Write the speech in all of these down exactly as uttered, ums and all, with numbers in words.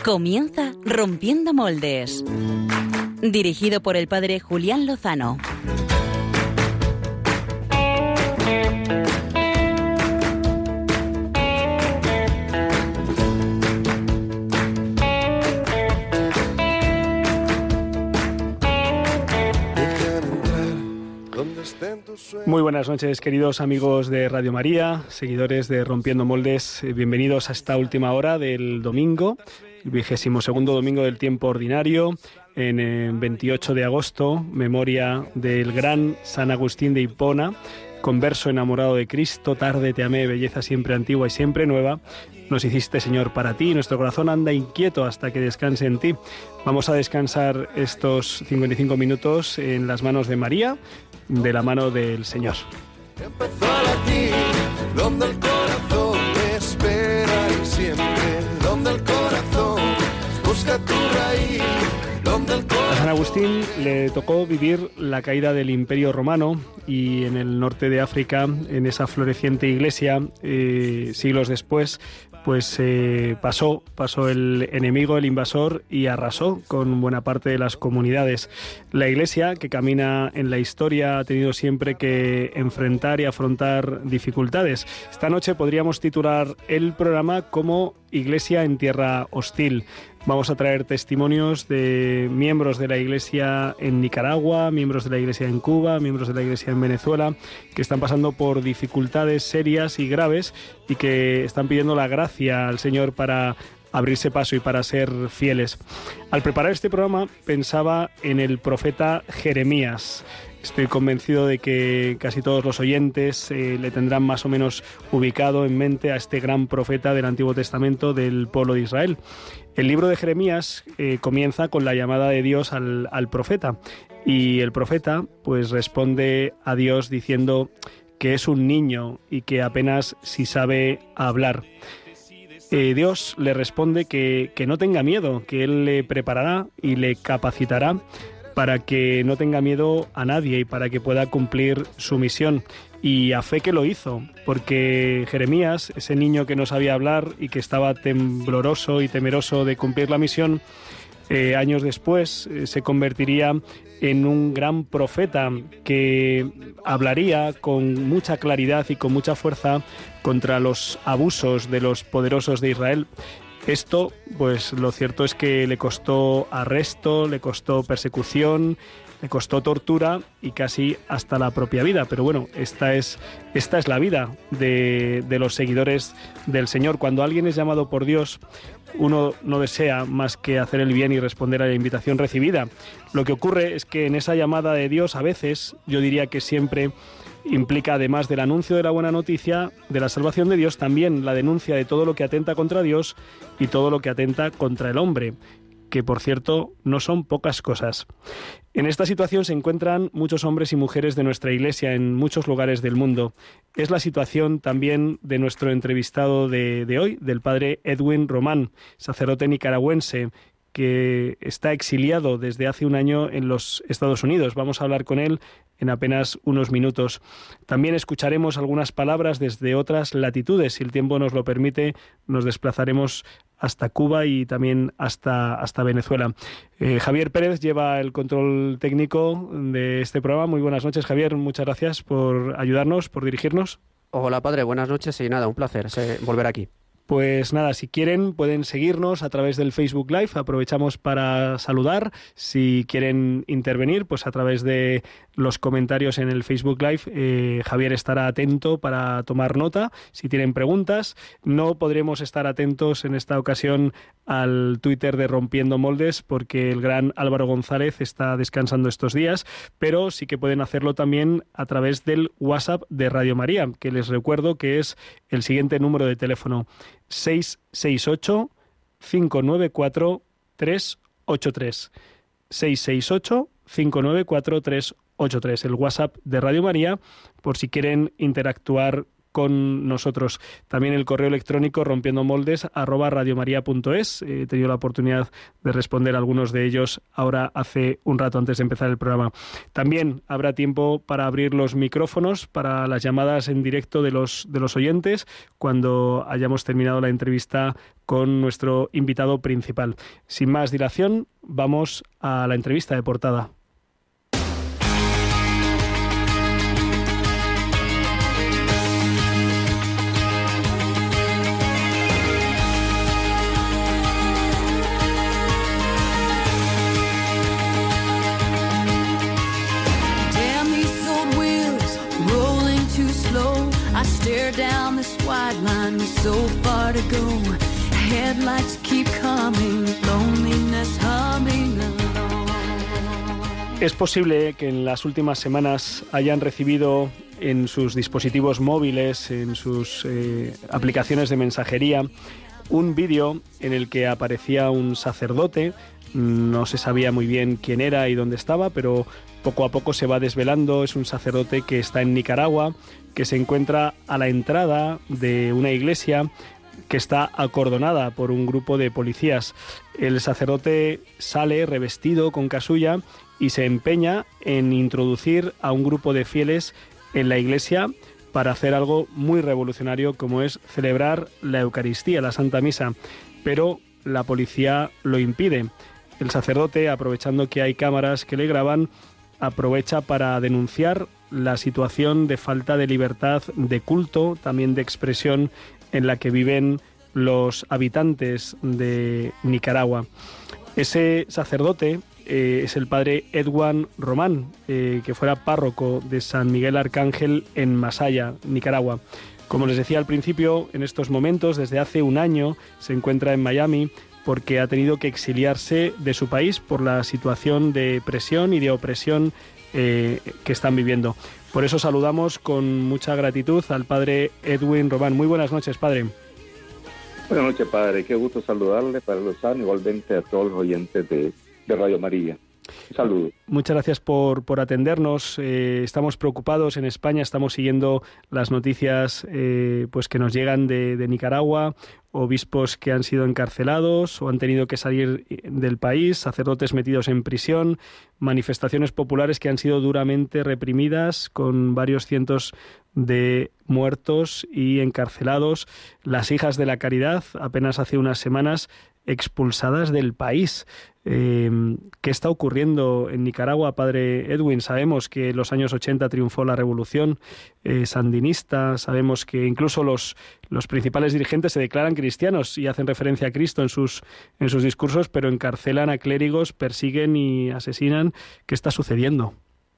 Comienza Rompiendo Moldes, dirigido por el padre Julián Lozano. Muy buenas noches, queridos amigos de Radio María, seguidores de Rompiendo Moldes. Bienvenidos a esta última hora del domingo, el vigésimo segundo domingo del tiempo ordinario, en el veintiocho de agosto, memoria del gran San Agustín de Hipona, converso enamorado de Cristo. Tarde te amé, belleza siempre antigua y siempre nueva. Nos hiciste, Señor, para ti, y nuestro corazón anda inquieto hasta que descanse en ti. Vamos a descansar estos cincuenta y cinco minutos en las manos de María, de la mano del Señor. Empezó a latir, donde el corazón te espera y siempre, donde el corazón busca tu raíz, donde el corazón... A San Agustín le tocó vivir la caída del Imperio Romano y en el norte de África, en esa floreciente iglesia, eh, siglos después, pues eh, pasó, pasó el enemigo, el invasor, y arrasó con buena parte de las comunidades. La Iglesia, que camina en la historia, ha tenido siempre que enfrentar y afrontar dificultades. Esta noche podríamos titular el programa como Iglesia en tierra hostil. Vamos a traer testimonios de miembros de la Iglesia en Nicaragua, miembros de la Iglesia en Cuba, miembros de la Iglesia en Venezuela, que están pasando por dificultades serias y graves y que están pidiendo la gracia al Señor para abrirse paso y para ser fieles. Al preparar este programa pensaba en el profeta Jeremías. Estoy convencido de que casi todos los oyentes eh, le tendrán más o menos ubicado en mente a este gran profeta del Antiguo Testamento del pueblo de Israel. El libro de Jeremías eh, comienza con la llamada de Dios al, al profeta, y el profeta pues responde a Dios diciendo que es un niño y que apenas si sabe hablar. Eh, Dios le responde que, que no tenga miedo, que Él le preparará y le capacitará para que no tenga miedo a nadie y para que pueda cumplir su misión. Y a fe que lo hizo, porque Jeremías, ese niño que no sabía hablar y que estaba tembloroso y temeroso de cumplir la misión, eh, años después eh, se convertiría en un gran profeta que hablaría con mucha claridad y con mucha fuerza contra los abusos de los poderosos de Israel. Esto, pues lo cierto es que le costó arresto, le costó persecución, le costó tortura y casi hasta la propia vida. Pero bueno, esta es, esta es la vida de, de los seguidores del Señor. Cuando alguien es llamado por Dios, uno no desea más que hacer el bien y responder a la invitación recibida. Lo que ocurre es que en esa llamada de Dios, a veces, yo diría que siempre implica, además del anuncio de la buena noticia de la salvación de Dios, también la denuncia de todo lo que atenta contra Dios y todo lo que atenta contra el hombre, que por cierto no son pocas cosas. En esta situación se encuentran muchos hombres y mujeres de nuestra Iglesia en muchos lugares del mundo. Es la situación también de nuestro entrevistado de, de hoy, del padre Edwin Román, sacerdote nicaragüense, que está exiliado desde hace un año en los Estados Unidos. Vamos a hablar con él en apenas unos minutos. También escucharemos algunas palabras desde otras latitudes. Si el tiempo nos lo permite, nos desplazaremos hasta Cuba y también hasta, hasta Venezuela. Eh, Javier Pérez lleva el control técnico de este programa. Muy buenas noches, Javier. Muchas gracias por ayudarnos, por dirigirnos. Hola, padre. Buenas noches y nada, un placer volver aquí. Pues nada, si quieren pueden seguirnos a través del Facebook Live. Aprovechamos para saludar. Si quieren intervenir, pues a través de los comentarios en el Facebook Live, eh, Javier estará atento para tomar nota. Si tienen preguntas, no podremos estar atentos en esta ocasión al Twitter de Rompiendo Moldes porque el gran Álvaro González está descansando estos días, pero sí que pueden hacerlo también a través del WhatsApp de Radio María, que les recuerdo que es el siguiente número de teléfono: seis seis ocho, cinco nueve cuatro, tres ocho tres. seis seis ocho, cinco nueve cuatro, tres ocho tres. El WhatsApp de Radio María, por si quieren interactuar con nosotros. También el correo electrónico rompiendomoldes arroba radiomaria.es. He tenido la oportunidad de responder a algunos de ellos ahora hace un rato antes de empezar el programa. También habrá tiempo para abrir los micrófonos para las llamadas en directo de los, de los oyentes cuando hayamos terminado la entrevista con nuestro invitado principal. Sin más dilación, vamos a la entrevista de portada. Down this wide line with so far to go. Headlights keep coming, loneliness humming along. Es posible que en las últimas semanas hayan recibido en sus dispositivos móviles, en sus eh, aplicaciones de mensajería, un vídeo en el que aparecía un sacerdote. No se sabía muy bien quién era y dónde estaba, pero poco a poco se va desvelando. Es un sacerdote que está en Nicaragua, que se encuentra a la entrada de una iglesia que está acordonada por un grupo de policías. El sacerdote sale revestido con casulla y se empeña en introducir a un grupo de fieles en la iglesia para hacer algo muy revolucionario, como es celebrar la Eucaristía, la Santa Misa, pero la policía lo impide. El sacerdote, aprovechando que hay cámaras que le graban, aprovecha para denunciar la situación de falta de libertad de culto, también de expresión en la que viven los habitantes de Nicaragua. Ese sacerdote eh, es el padre Edwin Román, eh, que fuera párroco de San Miguel Arcángel en Masaya, Nicaragua. Como les decía al principio, en estos momentos, desde hace un año, se encuentra en Miami porque ha tenido que exiliarse de su país por la situación de presión y de opresión eh, que están viviendo. Por eso saludamos con mucha gratitud al padre Edwin Román. Muy buenas noches, padre. Buenas noches, padre. Qué gusto saludarle, Padre Lozano, igualmente a todos los oyentes de, de Radio María. Saludos. Muchas gracias por, por atendernos. Eh, estamos preocupados en España, estamos siguiendo las noticias eh, pues que nos llegan de, de Nicaragua, obispos que han sido encarcelados o han tenido que salir del país, sacerdotes metidos en prisión, manifestaciones populares que han sido duramente reprimidas con varios cientos de muertos y encarcelados, las hijas de la caridad apenas hace unas semanas expulsadas del país. Eh, ¿Qué está ocurriendo en Nicaragua, padre Edwin? Sabemos que en los años ochenta triunfó la revolución eh, sandinista, sabemos que incluso los, los principales dirigentes se declaran cristianos y hacen referencia a Cristo en sus, en sus discursos, pero encarcelan a clérigos, persiguen y asesinan. ¿Qué está sucediendo?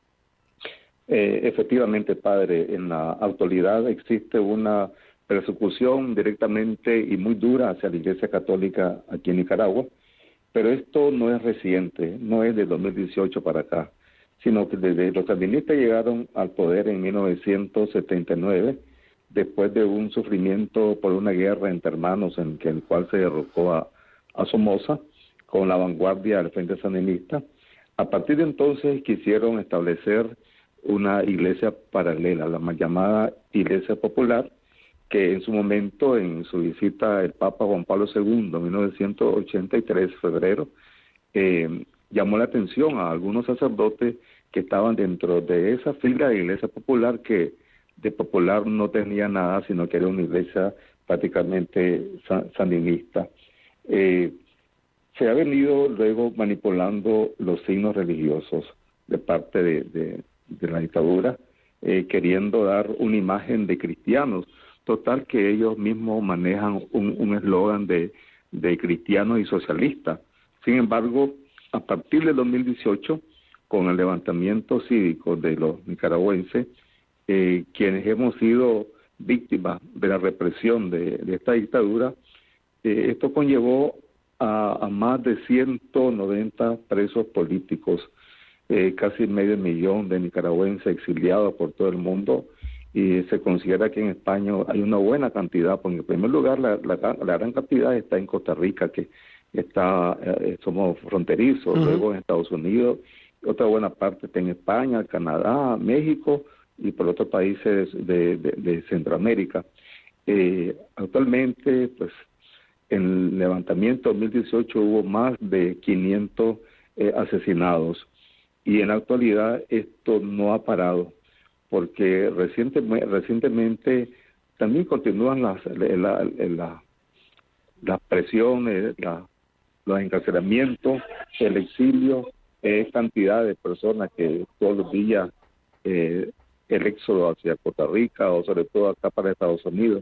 Eh, efectivamente, padre, en la actualidad existe una persecución directamente y muy dura hacia la Iglesia Católica aquí en Nicaragua, pero esto no es reciente, no es de dos mil dieciocho para acá, sino que desde los sandinistas llegaron al poder en mil novecientos setenta y nueve, después de un sufrimiento por una guerra entre hermanos en el cual se derrocó a, a Somoza con la vanguardia del Frente Sandinista. A partir de entonces quisieron establecer una iglesia paralela, la más llamada Iglesia Popular, que en su momento, en su visita el Papa Juan Pablo segundo, en mil novecientos ochenta y tres, febrero, eh, llamó la atención a algunos sacerdotes que estaban dentro de esa fila de Iglesia Popular, que de popular no tenía nada, sino que era una iglesia prácticamente sandinista. Eh, se ha venido luego manipulando los signos religiosos de parte de, de, de la dictadura, eh, queriendo dar una imagen de cristianos. Total que ellos mismos manejan un eslogan de, de cristianos y socialistas. Sin embargo, a partir del dos mil dieciocho, con el levantamiento cívico de los nicaragüenses, eh, quienes hemos sido víctimas de la represión de, de esta dictadura, eh, esto conllevó a, a más de ciento noventa presos políticos, eh, casi medio millón de nicaragüenses exiliados por todo el mundo, y se considera que en España hay una buena cantidad, porque en primer lugar la, la, la gran cantidad está en Costa Rica, que está eh, somos fronterizos, uh-huh. Luego en Estados Unidos, otra buena parte está en España, Canadá, México y por otros países de, de, de Centroamérica. Eh, actualmente, pues, en el levantamiento dos mil dieciocho hubo más de quinientos eh, asesinados, y en la actualidad esto no ha parado, porque recientemente, recientemente también continúan las, la, la, las presiones, la, los encarcelamientos, el exilio, es cantidad de personas que todos los días eh, el éxodo hacia Costa Rica o sobre todo acá para Estados Unidos.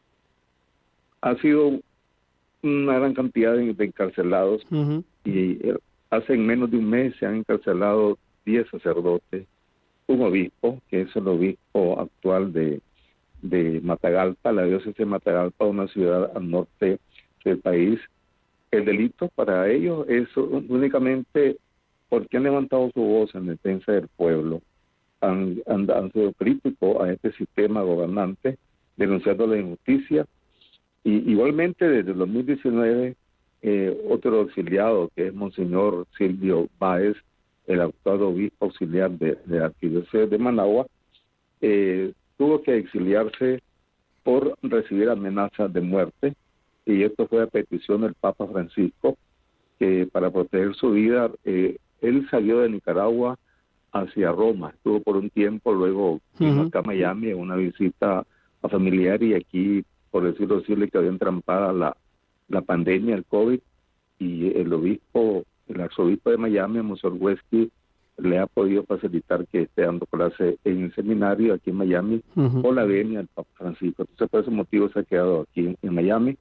Ha sido una gran cantidad de, de encarcelados. Uh-huh. Y eh, hace menos de un mes se han encarcelado diez sacerdotes, un obispo, que es el obispo actual de, de Matagalpa, la diócesis de Matagalpa, una ciudad al norte del país. El delito para ellos es únicamente porque han levantado su voz en defensa del pueblo, han, han, han sido críticos a este sistema gobernante, denunciando la injusticia. Y igualmente desde el dos mil diecinueve, eh, otro auxiliado, que es Monseñor Silvio Báez, el actual obispo auxiliar de, de la arquidiócesis de Managua, eh, tuvo que exiliarse por recibir amenazas de muerte, y esto fue a petición del Papa Francisco, que para proteger su vida, eh, él salió de Nicaragua hacia Roma, estuvo por un tiempo, luego vino uh-huh. acá a Miami en una visita a familiar, y aquí, por decirlo así, le quedó entrampada la, la pandemia, el COVID, y el obispo, el arzobispo de Miami, Monseñor Wesky, le ha podido facilitar que esté dando clase en el seminario aquí en Miami, uh-huh. por la venia del Papa Francisco. Entonces, por ese motivo se ha quedado aquí en, en Miami,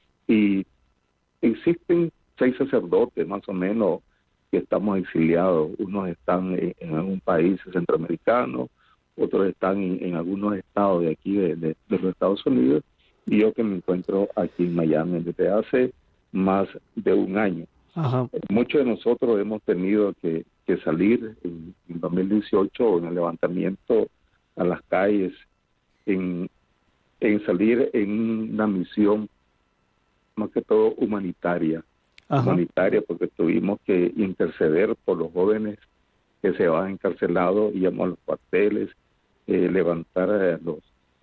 y existen seis sacerdotes, más o menos, que estamos exiliados. Unos están en, en algún país centroamericano, otros están en, en algunos estados de aquí, de, de, de los Estados Unidos, y yo que me encuentro aquí en Miami desde hace más de un año. Ajá. Muchos de nosotros hemos tenido que, que salir en, en dos mil dieciocho en el levantamiento a las calles, en, en salir en una misión más que todo humanitaria. Ajá. Humanitaria, porque tuvimos que interceder por los jóvenes que se van encarcelados, íbamos a los cuarteles, eh, levantar a los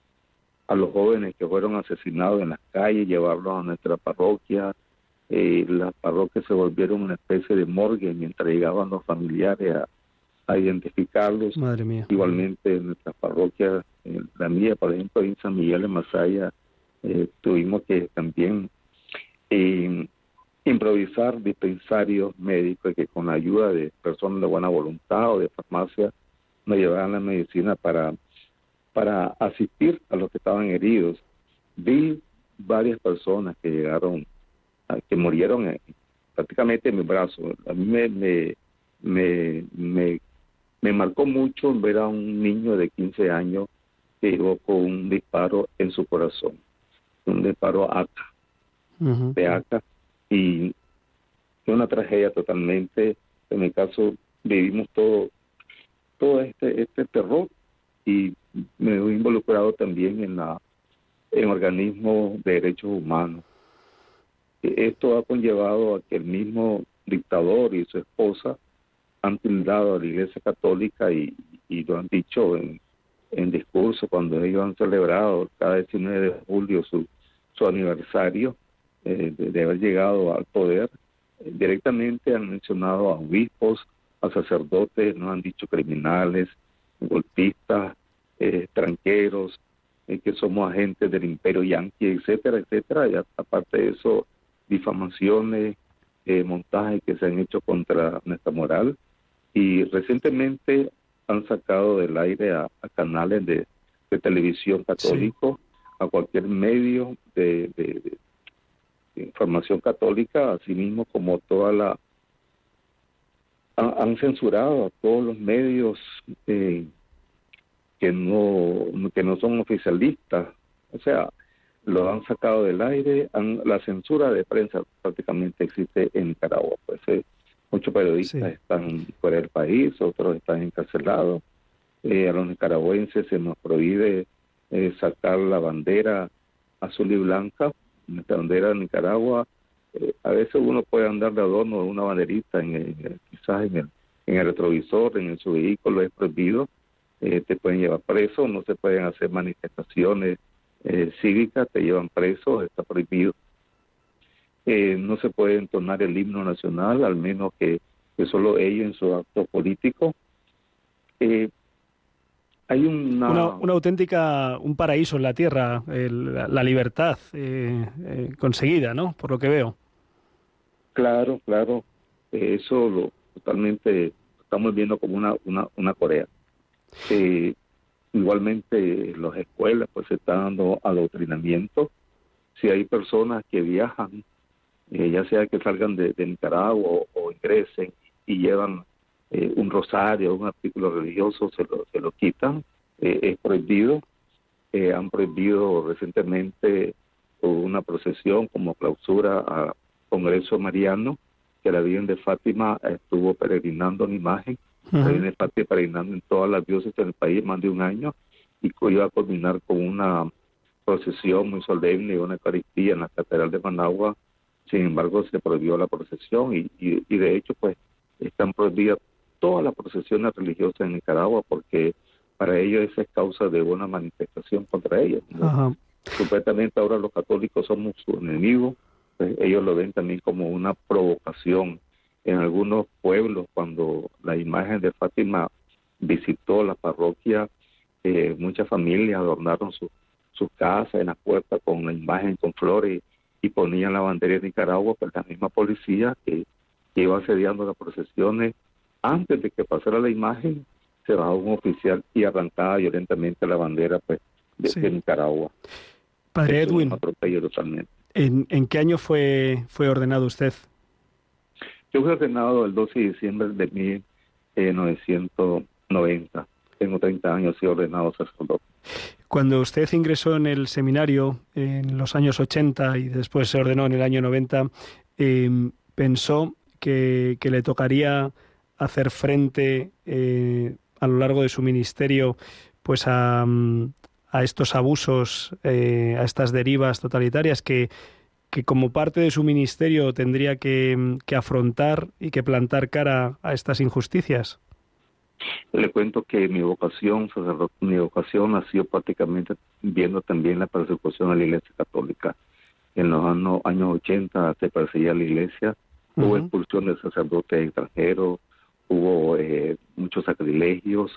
a los jóvenes que fueron asesinados en las calles, llevarlos a nuestra parroquia. Eh, las parroquias se volvieron una especie de morgue mientras llegaban los familiares a, a identificarlos. Madre mía. Igualmente en nuestras parroquias, en la mía, por ejemplo, en San Miguel de Masaya, eh, tuvimos que también eh, improvisar dispensarios médicos que con la ayuda de personas de buena voluntad o de farmacia nos llevaban la medicina para para asistir a los que estaban heridos. Vi varias personas que llegaron, a, que murieron en, prácticamente en mi brazo. A mí me, me, me, me, me marcó mucho ver a un niño de quince años que llegó con un disparo en su corazón, un disparo A C A, uh-huh. de A C A, y fue una tragedia totalmente. En mi caso vivimos todo, todo este, este terror, y me he involucrado también en la en organismos de derechos humanos. Esto ha conllevado a que el mismo dictador y su esposa han tildado a la Iglesia Católica, y, y lo han dicho en, en discurso cuando ellos han celebrado cada diecinueve de julio su, su aniversario eh, de, de haber llegado al poder. Eh, directamente han mencionado a obispos, a sacerdotes, nos han dicho criminales, golpistas, eh, tranqueros, eh, que somos agentes del imperio yanqui, etcétera, etcétera. Y aparte de eso, difamaciones, eh, montajes que se han hecho contra nuestra moral. Y recientemente han sacado del aire a, a canales de, de televisión católicos, sí. a cualquier medio de, de, de, de información católica, así mismo como toda la... Han, han censurado a todos los medios eh, que no que no son oficialistas, o sea, lo han sacado del aire. Han, la censura de prensa prácticamente existe en Nicaragua, pues eh, muchos periodistas sí. están fuera del país, otros están encarcelados. Eh, a los nicaragüenses se nos prohíbe eh, sacar la bandera azul y blanca, nuestra bandera de Nicaragua. Eh, a veces uno puede andar de adorno de una banderita, en el, quizás en el, en el retrovisor, en su vehículo, es prohibido. eh, te pueden llevar preso, no se pueden hacer manifestaciones eh, cívicas, te llevan preso, está prohibido. Eh, no se puede entonar el himno nacional, al menos que, que solo ellos en su acto político. Eh, hay una... una... Una auténtica, un paraíso en la tierra, el, la, la libertad eh, eh, conseguida, ¿no? Por lo que veo. Claro, claro. Eh, eso lo totalmente estamos viendo como una, una, una Corea. Eh, igualmente, en las escuelas pues se está dando adoctrinamiento. Si hay personas que viajan, eh, ya sea que salgan de, de Nicaragua o, o ingresen y llevan eh, un rosario, un artículo religioso, se lo, se lo quitan, eh, es prohibido. Eh, han prohibido recientemente una procesión como clausura a Congreso Mariano, que la Virgen de Fátima estuvo peregrinando en imagen, uh-huh. La Virgen de Fátima peregrinando en todas las diócesis del país más de un año, y iba a culminar con una procesión muy solemne y una Eucaristía en la Catedral de Managua. Sin embargo, se prohibió la procesión y, y, y de hecho, pues, están prohibidas todas las procesiones religiosas en Nicaragua porque para ellos esa es causa de una manifestación contra ellos, ¿no? Uh-huh. Supuestamente ahora los católicos somos sus enemigos, pues ellos lo ven también como una provocación. En algunos pueblos, cuando la imagen de Fátima visitó la parroquia, eh, muchas familias adornaron su, sus casas en la puerta con la imagen, con flores, y ponían la bandera de Nicaragua, pero la misma policía que, que iba asediando las procesiones, antes de que pasara la imagen, se bajó un oficial y arrancaba violentamente la bandera pues, de, sí. de Nicaragua. Padre Eso Edwin, totalmente. ¿en, ¿en qué año fue, fue ordenado usted? Yo fui ordenado el doce de diciembre de mil novecientos noventa. Tengo treinta años y he ordenado sacerdote. Cuando usted ingresó en el seminario en los años ochenta y después se ordenó en el año noventa, eh, ¿pensó que, que le tocaría hacer frente eh, a lo largo de su ministerio pues a, a estos abusos, eh, a estas derivas totalitarias que, que como parte de su ministerio tendría que, que afrontar y que plantar cara a estas injusticias? Le cuento que mi vocación, sacerdote, mi vocación nació prácticamente viendo también la persecución a la Iglesia Católica. En los años, años ochenta se perseguía a la Iglesia, uh-huh. Hubo expulsión de sacerdotes extranjeros, hubo eh, muchos sacrilegios,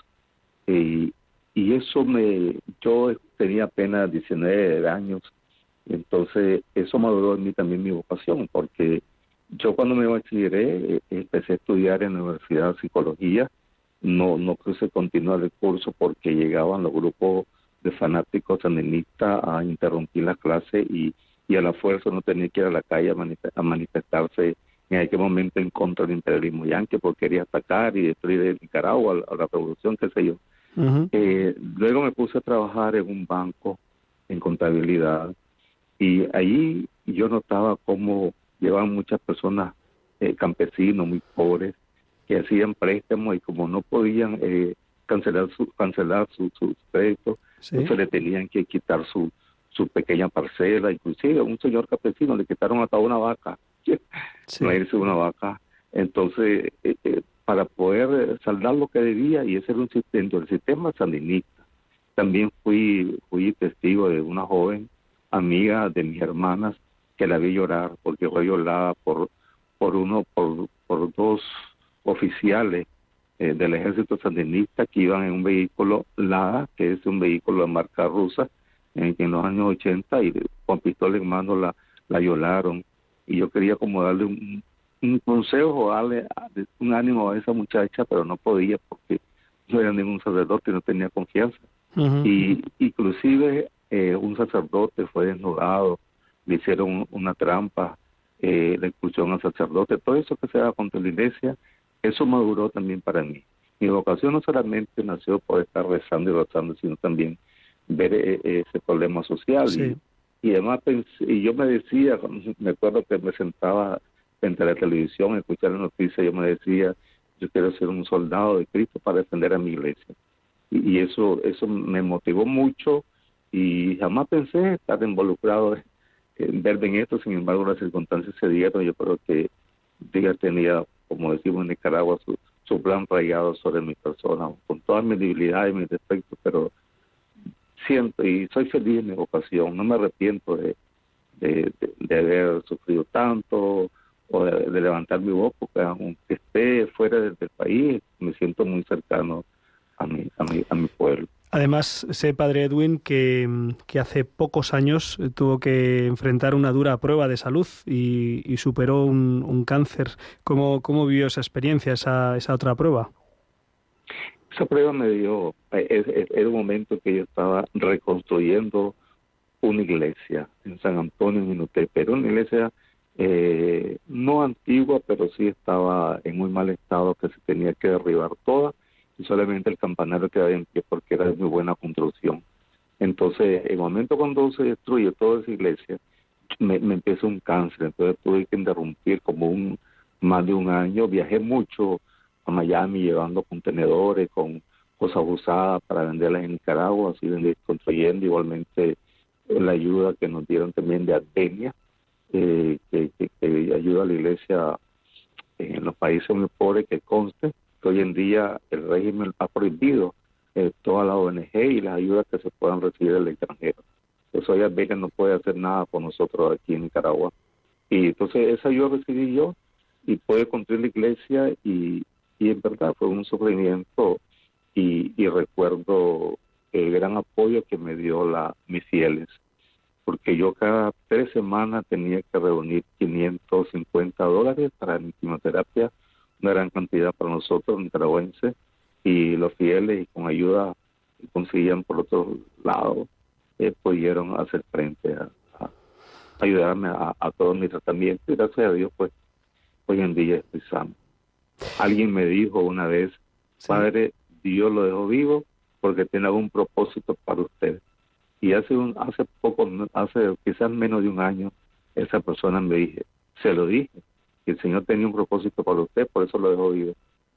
eh, y eso me, yo tenía apenas diecinueve años, entonces eso maduró en mí también mi vocación, porque yo cuando me bachilleré eh, empecé a estudiar en la Universidad de Psicología. No, no quise continuar el curso porque llegaban los grupos de fanáticos sandinistas a interrumpir la clase y, y a la fuerza no tenía que ir a la calle a, manifest- a manifestarse en aquel momento en contra del imperialismo yanqui porque quería atacar y destruir Nicaragua, a la revolución, qué sé yo. Uh-huh. Eh, luego me puse a trabajar en un banco en contabilidad y ahí yo notaba cómo llevaban muchas personas, eh, campesinos muy pobres, que hacían préstamos y como no podían eh, cancelar su cancelar su, sus créditos, ¿sí? Entonces le tenían que quitar su su pequeña parcela, inclusive a un señor campesino le quitaron hasta una vaca, sí. No irse una vaca, entonces eh, eh, para poder saldar lo que debía, y ese era un sistema, el sistema sandinista. También fui fui testigo de una joven amiga de mis hermanas que la vi llorar porque fue violada por por uno por por dos oficiales eh, del ejército sandinista que iban en un vehículo Lada, que es un vehículo de marca rusa, en, en los años ochenta, y con pistola en mano la, la violaron. Y yo quería como darle un, un consejo, darle un ánimo a esa muchacha, pero no podía porque no era ningún sacerdote y no tenía confianza. Uh-huh. Y inclusive eh, un sacerdote fue desnudado, le hicieron una trampa, eh, la expulsión al sacerdote, todo eso que se da contra la iglesia. Eso maduró también para mí. Mi vocación no solamente nació por estar rezando y rezando, sino también ver eh, ese problema social. Sí. Y, y además pensé, y yo me decía, me acuerdo que me sentaba frente a la televisión, escuchar la noticia, yo me decía, yo quiero ser un soldado de Cristo para defender a mi iglesia. Y, y eso eso me motivó mucho y jamás pensé estar involucrado en verme en esto. Sin embargo, las circunstancias se dieron. Yo creo que Dios tenía, como decimos en Nicaragua, su, su plan rayado sobre mi persona, con todas mis debilidades y mis defectos, pero siento y soy feliz en mi vocación, no me arrepiento de, de, de, de haber sufrido tanto o de, de levantar mi voz, porque aunque esté fuera del, del país, me siento muy cercano a mi, a mi, a mi pueblo. Además, sé, padre Edwin, que, que hace pocos años tuvo que enfrentar una dura prueba de salud y, y superó un, un cáncer. ¿Cómo, cómo vivió esa experiencia, esa, esa otra prueba? Esa prueba me dio, era un momento que yo estaba reconstruyendo una iglesia en San Antonio, en Minuté, pero una iglesia eh, no antigua, pero sí estaba en muy mal estado, que se tenía que derribar toda, y solamente el campanario quedaba en pie porque era de muy buena construcción. Entonces, en el momento cuando se destruye toda esa iglesia, me, me empieza un cáncer, entonces tuve que interrumpir como un más de un año, viajé mucho a Miami llevando contenedores con cosas usadas para venderlas en Nicaragua, así venir construyendo, igualmente la ayuda que nos dieron también de Armenia, eh, que, que, que ayuda a la iglesia en los países muy pobres, que conste que hoy en día el régimen ha prohibido eh, toda la O N G y las ayudas que se puedan recibir del extranjero. Entonces hoy Armenia no puede hacer nada con nosotros aquí en Nicaragua. Y entonces esa ayuda recibí yo y pude construir la iglesia y, y en verdad fue un sufrimiento y, y recuerdo el gran apoyo que me dio la mis fieles, porque yo cada tres semanas tenía que reunir quinientos cincuenta dólares para mi quimioterapia, una gran cantidad para nosotros nicaragüenses, y los fieles y con ayuda que conseguían por otro lado eh, pudieron hacer frente a, a ayudarme a, a todo mi tratamiento, y gracias a Dios pues hoy en día estoy sano. Alguien me dijo una vez, sí, Padre, Dios lo dejó vivo porque tiene algún propósito para usted. Y hace un hace poco, hace quizás menos de un año, esa persona me dije, se lo dije, que el Señor tenía un propósito para usted, por eso lo dejó vivo.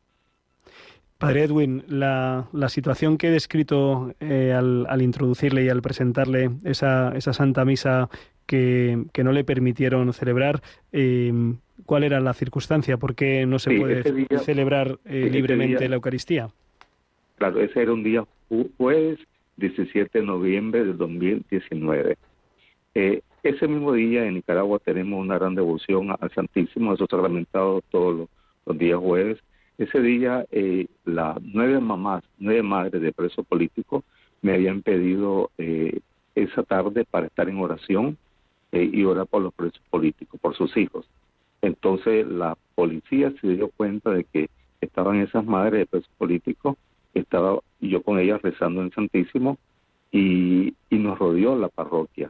Padre Edwin, la, la situación que he descrito eh, al, al introducirle y al presentarle esa, esa Santa Misa que, que no le permitieron celebrar, eh, ¿cuál era la circunstancia? ¿Por qué no se sí, puede día, celebrar eh, libremente día, la Eucaristía? Claro, ese era un día jueves diecisiete de noviembre del dos mil diecinueve. Eh, ese mismo día en Nicaragua tenemos una gran devoción al Santísimo, eso sacramentado todos los, los días jueves. Ese día eh, las nueve mamás, nueve madres de presos políticos me habían pedido eh, esa tarde para estar en oración eh, y orar por los presos políticos, por sus hijos. Entonces la policía se dio cuenta de que estaban esas madres de presos políticos, estaba yo con ellas rezando en Santísimo y, y nos rodeó la parroquia.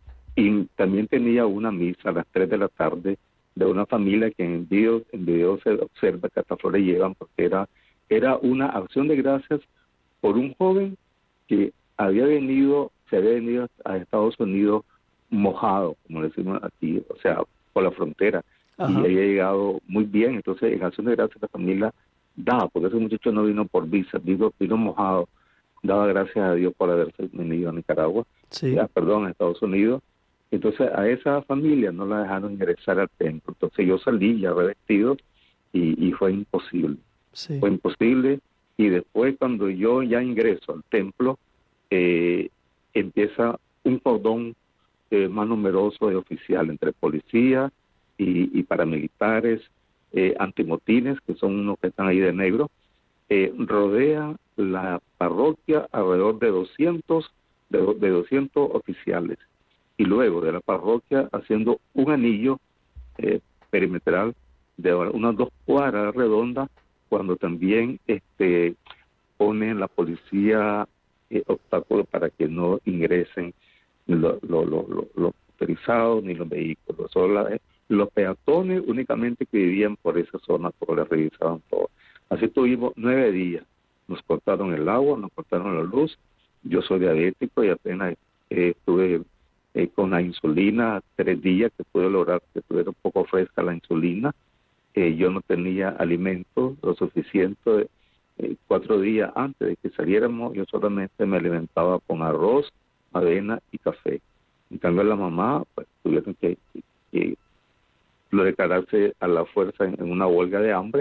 Y también tenía una misa a las tres de la tarde de una familia que en video, en video se observa que hasta flores llevan, porque era, era una acción de gracias por un joven que había venido, se había venido a Estados Unidos mojado, como decimos aquí, o sea, por la frontera. Ajá. Y había llegado muy bien. Entonces, en acción de gracias la familia daba, porque ese muchacho no vino por visa, vino, vino mojado, daba gracias a Dios por haberse venido a Nicaragua, sí. ya, perdón, a Estados Unidos. Entonces a esa familia no la dejaron ingresar al templo. Entonces yo salí ya revestido y, y fue imposible. Sí. Fue imposible. Y después cuando yo ya ingreso al templo, eh, empieza un cordón eh, más numeroso de oficiales, entre policía y, y paramilitares, eh, antimotines, que son unos que están ahí de negro, eh, rodea la parroquia alrededor de doscientos, de, de doscientos oficiales. Y luego de la parroquia haciendo un anillo eh, perimetral de unas dos cuadras redondas, cuando también este ponen la policía eh, obstáculos para que no ingresen los lo, lo, lo, lo motorizados ni los vehículos. Solo la, los peatones únicamente que vivían por esa zona, porque les revisaban todo. Así tuvimos nueve días. Nos cortaron el agua, nos cortaron la luz. Yo soy diabético y apenas eh, estuve Eh, con la insulina tres días que pude lograr que estuviera un poco fresca la insulina. Eh, yo no tenía alimento lo suficiente. Eh, cuatro días antes de que saliéramos yo solamente me alimentaba con arroz, avena y café. En cambio la mamá pues tuvieron que, que, que declararse a la fuerza en, en una huelga de hambre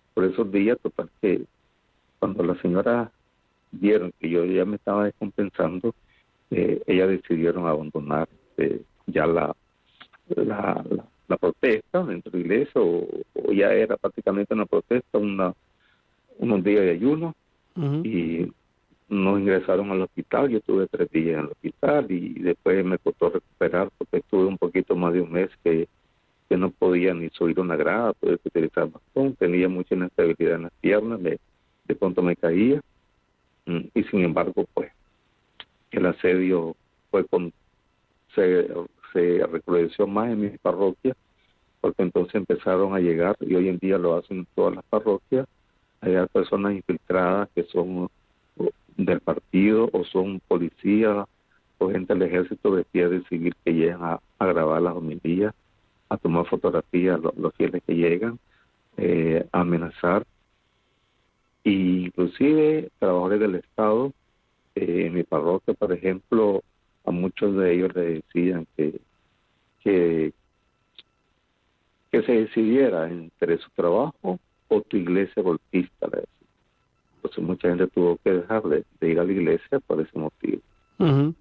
por esos días, total que cuando las señoras vieron que yo ya me estaba descompensando, eh, ellas decidieron abandonar eh, ya la, la, la, la protesta dentro de la iglesia, o, o ya era prácticamente una protesta, una, unos días de ayuno, uh-huh. y nos ingresaron al hospital. Yo tuve tres días en el hospital y después me costó recuperar porque estuve un poquito más de un mes que, que no podía ni subir una grada, podía utilizar bastón, tenía mucha inestabilidad en las piernas, me, de pronto me caía, y sin embargo pues el asedio fue con, se, se recrudeció más en mi parroquia, porque entonces empezaron a llegar, y hoy en día lo hacen en todas las parroquias, hay personas infiltradas que son del partido o son policías o gente del ejército vestida de civil que llegan a, a grabar las homilías, a tomar fotografías los, los fieles que llegan, eh, a amenazar, e inclusive trabajadores del Estado. Eh, en mi parroquia, por ejemplo, a muchos de ellos les decían que que, que se decidiera entre su trabajo o tu iglesia golpista, le decían. Entonces mucha gente tuvo que dejar de, de ir a la iglesia por ese motivo. Uh-huh.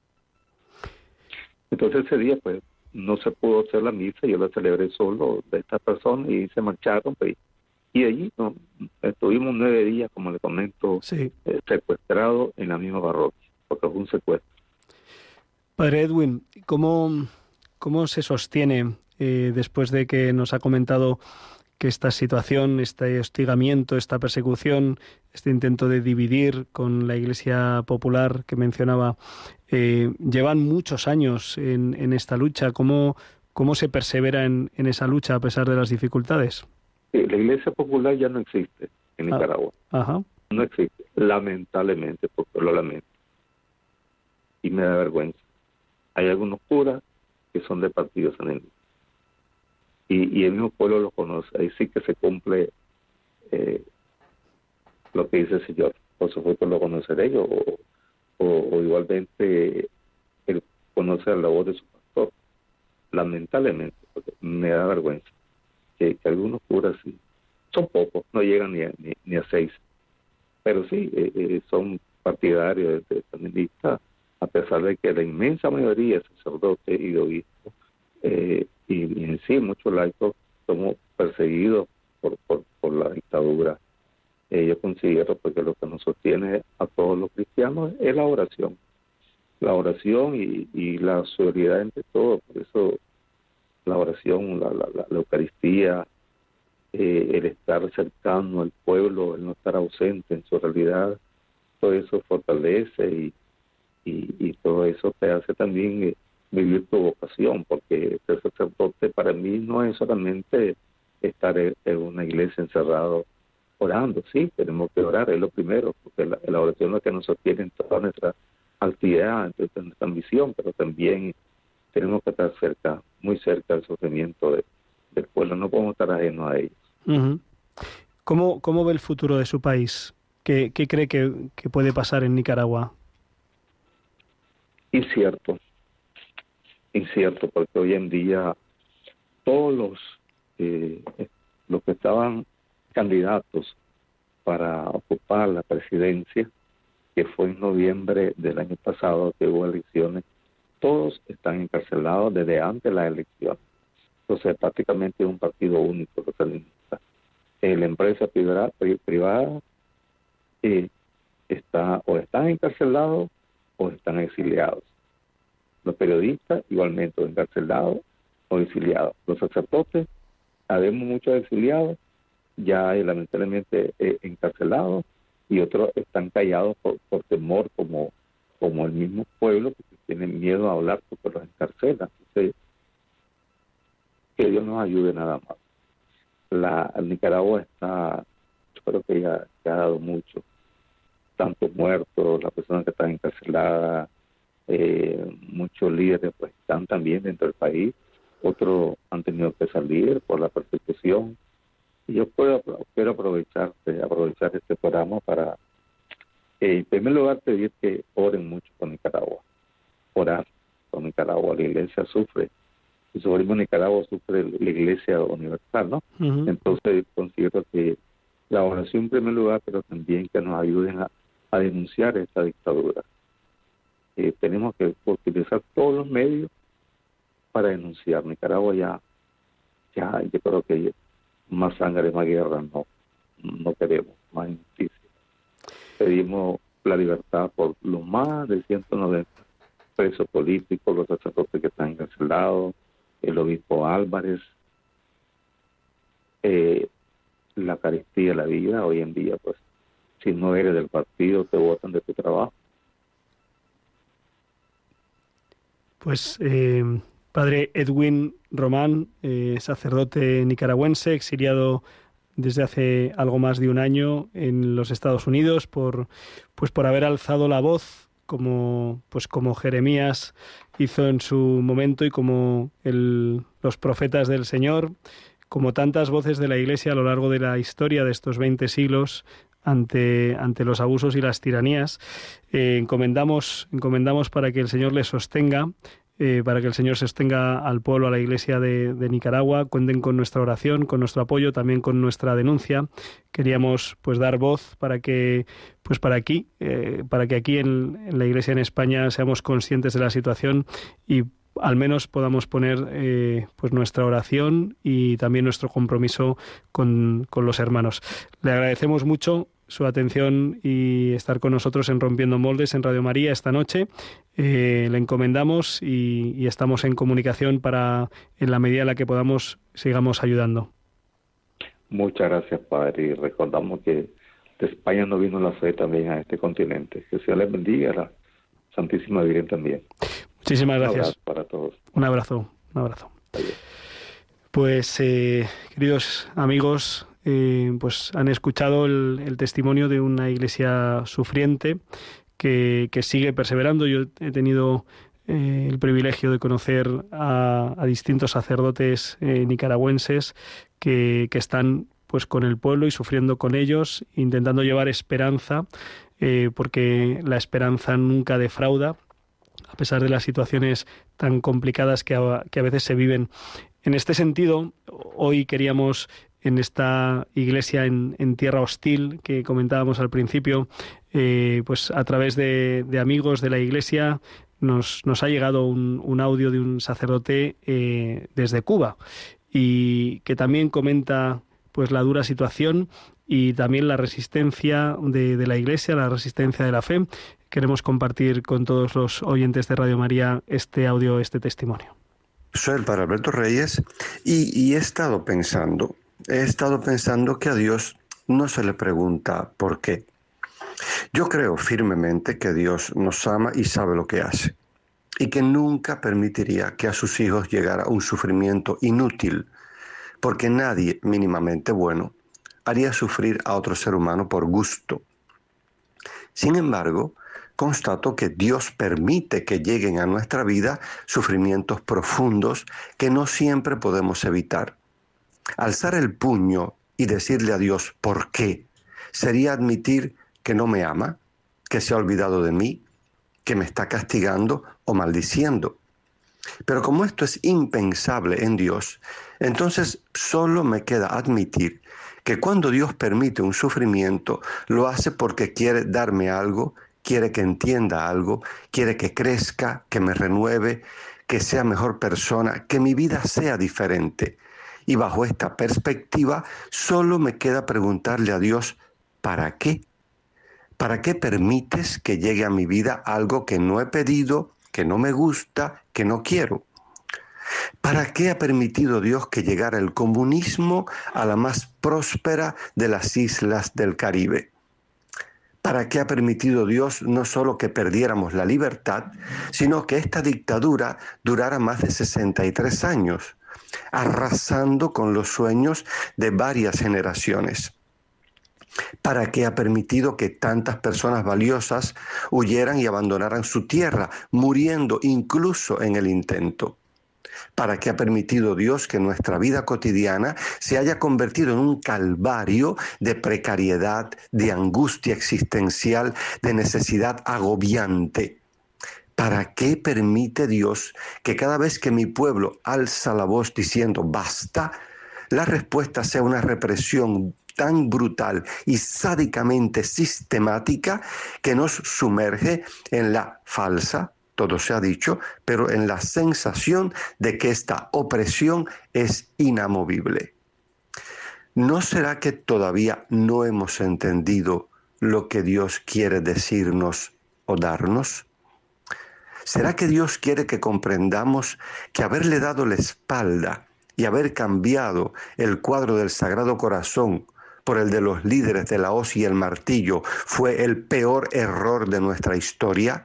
Entonces ese día pues no se pudo hacer la misa, yo la celebré solo de estas personas y se marcharon, pues, y allí no, estuvimos nueve días, como le comento, sí. eh, secuestrados en la misma parroquia, porque fue un secuestro. Padre Edwin, ¿cómo, cómo se sostiene eh, después de que nos ha comentado que esta situación, este hostigamiento, esta persecución, este intento de dividir con la Iglesia Popular que mencionaba, eh, llevan muchos años en, en esta lucha? ¿Cómo, cómo se persevera en, en esa lucha a pesar de las dificultades? Sí, la Iglesia Popular ya no existe en Nicaragua. Ah, ajá. No existe, lamentablemente, porque lo lamento. Y me da vergüenza. Hay algunos curas que son de partidos enemigos. Y, y el mismo pueblo lo conoce. Ahí sí que se cumple eh, lo que dice el Señor. Por supuesto lo conoceré yo, o, o, o igualmente él conoce la voz de su pastor. Lamentablemente, porque me da vergüenza que, que algunos curas sí, son pocos, no llegan ni a, ni, ni a seis, pero sí eh, eh, son partidarios de feministas, a pesar de que la inmensa mayoría de sacerdotes y de obispos eh, y, y en sí muchos laicos somos perseguidos por, por, por la dictadura. Eh, yo considero porque lo que nos sostiene a todos los cristianos es la oración, la oración y, y la solidaridad entre todos. Por eso la oración, la, la, la, la Eucaristía, eh, el estar cercano al pueblo, el no estar ausente en su realidad, todo eso fortalece y, y, y todo eso te hace también eh, vivir tu vocación, porque ser sacerdote para mí no es solamente estar en, en una iglesia encerrado orando. Sí, tenemos que orar, es lo primero, porque la, la oración es la que nos sostiene en toda nuestra actividad, en nuestra misión, pero también tenemos que estar cerca, muy cerca del sufrimiento de, del pueblo, no podemos estar ajenos a ellos. Uh-huh. ¿Cómo, ¿Cómo ve el futuro de su país? ¿Qué, qué cree que, que puede pasar en Nicaragua? Incierto, incierto, porque hoy en día todos los, eh, los que estaban candidatos para ocupar la presidencia, que fue en noviembre del año pasado que hubo elecciones, todos están encarcelados desde antes de las elecciones. Entonces prácticamente es un partido único los sandinistas. Eh, la empresa privada, privada eh, está o están encarcelados o están exiliados. Los periodistas igualmente encarcelados o exiliados. Los sacerdotes, habemos muchos exiliados, ya hay lamentablemente eh, encarcelados, y otros están callados por, por temor, como, como el mismo pueblo, porque tienen miedo a hablar porque los encarcelan. Entonces, que Dios nos ayude nada más. La Nicaragua está, yo creo que ya, ya ha dado mucho, tantos muertos, las personas que están encarceladas, eh, muchos líderes pues están también dentro del país, otros han tenido que salir por la persecución. Y yo puedo, quiero aprovechar, aprovechar este programa para, eh, en primer lugar, pedir que oren mucho por Nicaragua, orar por Nicaragua. La iglesia sufre, y sobre el Nicaragua sufre la iglesia universal, ¿no? Uh-huh. Entonces considero que la oración en primer lugar, pero también que nos ayuden a, a denunciar esta dictadura. Eh, tenemos que utilizar todos los medios para denunciar. Nicaragua ya, ya yo creo que más sangre, más guerra no, no queremos, más injusticia. Pedimos la libertad por los más de ciento noventa presos políticos, los sacerdotes que están encarcelados, el obispo Álvarez, eh, la Eucaristía, la vida. Hoy en día, pues, si no eres del partido, te botan de tu trabajo. Pues, eh, padre Edwin Román, eh, sacerdote nicaragüense, exiliado desde hace algo más de un año en los Estados Unidos por, pues, por haber alzado la voz, como, pues, como Jeremías hizo en su momento y como el, los profetas del Señor, como tantas voces de la Iglesia a lo largo de la historia de estos veinte siglos ante, ante los abusos y las tiranías. Eh, encomendamos, encomendamos para que el Señor les sostenga, eh, para que el Señor sostenga al pueblo, a la Iglesia de, de Nicaragua. Cuenten con nuestra oración, con nuestro apoyo, también con nuestra denuncia. Queríamos, pues, dar voz para que, pues, para aquí, eh, para que aquí en, en la Iglesia en España seamos conscientes de la situación y al menos podamos poner eh, pues nuestra oración y también nuestro compromiso con, con los hermanos. Le agradecemos mucho su atención y estar con nosotros en Rompiendo Moldes en Radio María esta noche. Eh, le encomendamos y, y estamos en comunicación para, en la medida en la que podamos, sigamos ayudando. Muchas gracias, Padre, y recordamos que de España no vino la fe también a este continente. Que Dios les bendiga, la Santísima Virgen también. Muchísimas gracias. Un abrazo para todos. Un abrazo, un abrazo. Adiós. Pues, eh, queridos amigos, eh, pues han escuchado el, el testimonio de una iglesia sufriente que, que sigue perseverando. Yo he tenido eh, el privilegio de conocer a, a distintos sacerdotes eh, nicaragüenses que, que están, pues, con el pueblo y sufriendo con ellos, intentando llevar esperanza, eh, porque la esperanza nunca defrauda, a pesar de las situaciones tan complicadas que a, que a veces se viven. En este sentido, hoy queríamos, en esta iglesia en, en tierra hostil que comentábamos al principio, eh, pues a través de, de amigos de la iglesia, nos, nos ha llegado un, un audio de un sacerdote eh, desde Cuba, y que también comenta, pues, la dura situación y también la resistencia de, de la Iglesia, la resistencia de la fe. Queremos compartir con todos los oyentes de Radio María este audio, este testimonio. Soy el Padre Alberto Reyes y, y he estado pensando, he estado pensando que a Dios no se le pregunta por qué. Yo creo firmemente que Dios nos ama y sabe lo que hace, y que nunca permitiría que a sus hijos llegara un sufrimiento inútil, porque nadie mínimamente bueno haría sufrir a otro ser humano por gusto. Sin embargo, constato que Dios permite que lleguen a nuestra vida sufrimientos profundos que no siempre podemos evitar. Alzar el puño y decirle a Dios ¿por qué? Sería admitir que no me ama, que se ha olvidado de mí, que me está castigando o maldiciendo. Pero como esto es impensable en Dios, entonces solo me queda admitir que cuando Dios permite un sufrimiento, lo hace porque quiere darme algo, quiere que entienda algo, quiere que crezca, que me renueve, que sea mejor persona, que mi vida sea diferente. Y bajo esta perspectiva, solo me queda preguntarle a Dios, ¿para qué? ¿Para qué permites que llegue a mi vida algo que no he pedido, que no me gusta, que no quiero? ¿Para qué ha permitido Dios que llegara el comunismo a la más próspera de las islas del Caribe? ¿Para qué ha permitido Dios no solo que perdiéramos la libertad, sino que esta dictadura durara más de sesenta y tres años, arrasando con los sueños de varias generaciones? ¿Para qué ha permitido que tantas personas valiosas huyeran y abandonaran su tierra, muriendo incluso en el intento? ¿Para qué ha permitido Dios que nuestra vida cotidiana se haya convertido en un calvario de precariedad, de angustia existencial, de necesidad agobiante? ¿Para qué permite Dios que cada vez que mi pueblo alza la voz diciendo basta, la respuesta sea una represión tan brutal y sádicamente sistemática que nos sumerge en la falsa, todo se ha dicho, pero en la sensación de que esta opresión es inamovible. ¿No será que todavía no hemos entendido lo que Dios quiere decirnos o darnos? ¿Será que Dios quiere que comprendamos que haberle dado la espalda y haber cambiado el cuadro del Sagrado Corazón por el de los líderes de la hoz y el martillo fue el peor error de nuestra historia?